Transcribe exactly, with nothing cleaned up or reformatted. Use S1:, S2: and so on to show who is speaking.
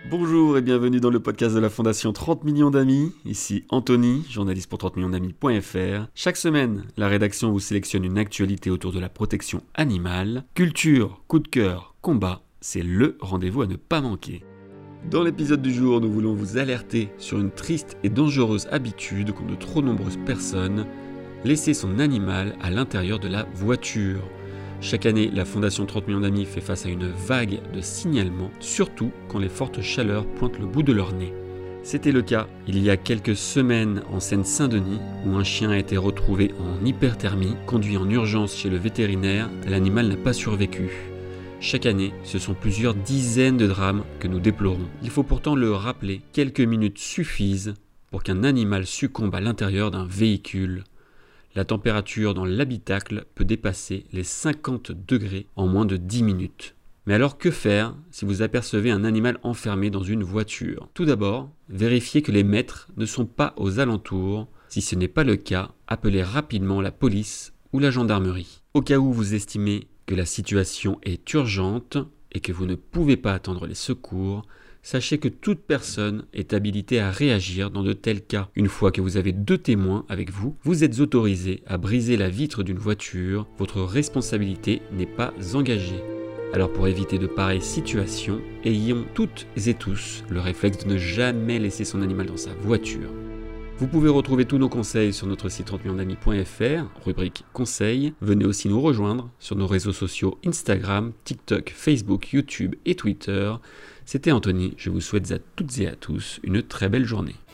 S1: Bonjour et bienvenue dans le podcast de la Fondation trente millions d'amis. Ici Anthony, journaliste pour trente millions d'amis point f r. Chaque semaine, la rédaction vous sélectionne une actualité autour de la protection animale. Culture, coup de cœur, combat, c'est le rendez-vous à ne pas manquer. Dans l'épisode du jour, nous voulons vous alerter sur une triste et dangereuse habitude qu'ont de trop nombreuses personnes, laisser son animal à l'intérieur de la voiture. Chaque année, la Fondation trente millions d'amis fait face à une vague de signalements, surtout quand les fortes chaleurs pointent le bout de leur nez. C'était le cas il y a quelques semaines en Seine-Saint-Denis, où un chien a été retrouvé en hyperthermie, conduit en urgence chez le vétérinaire. L'animal n'a pas survécu. Chaque année, ce sont plusieurs dizaines de drames que nous déplorons. Il faut pourtant le rappeler, quelques minutes suffisent pour qu'un animal succombe à l'intérieur d'un véhicule. La température dans l'habitacle peut dépasser les cinquante degrés en moins de dix minutes. Mais alors que faire si vous apercevez un animal enfermé dans une voiture ? Tout d'abord, vérifiez que les maîtres ne sont pas aux alentours. Si ce n'est pas le cas, appelez rapidement la police ou la gendarmerie. Au cas où vous estimez que la situation est urgente et que vous ne pouvez pas attendre les secours, sachez que toute personne est habilitée à réagir dans de tels cas. Une fois que vous avez deux témoins avec vous, vous êtes autorisé à briser la vitre d'une voiture. Votre responsabilité n'est pas engagée. Alors pour éviter de pareilles situations, ayons toutes et tous le réflexe de ne jamais laisser son animal dans sa voiture. Vous pouvez retrouver tous nos conseils sur notre site trente millions d'amis point f r, rubrique conseils. Venez aussi nous rejoindre sur nos réseaux sociaux Instagram, TikTok, Facebook, YouTube et Twitter. C'était Anthony, je vous souhaite à toutes et à tous une très belle journée.